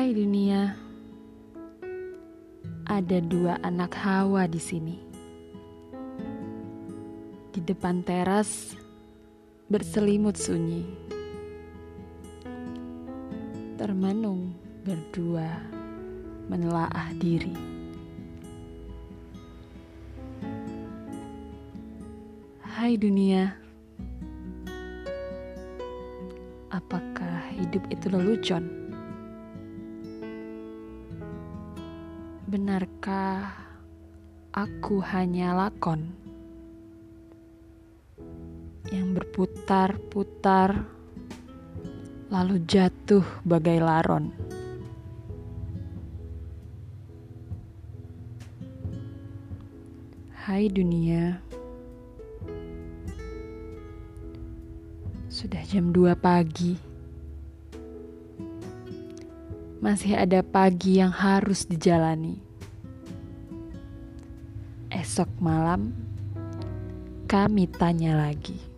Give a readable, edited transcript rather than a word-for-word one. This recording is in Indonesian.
Hai dunia, ada dua anak Hawa di sini. Di depan teras berselimut sunyi, termenung berdua menelaah diri. Hai dunia, apakah hidup itu lelucon? Benarkah aku hanya lakon yang berputar-putar lalu jatuh bagai laron? Hai dunia, sudah jam 2 pagi. Masih ada pagi yang harus dijalani. Esok malam kami tanya lagi.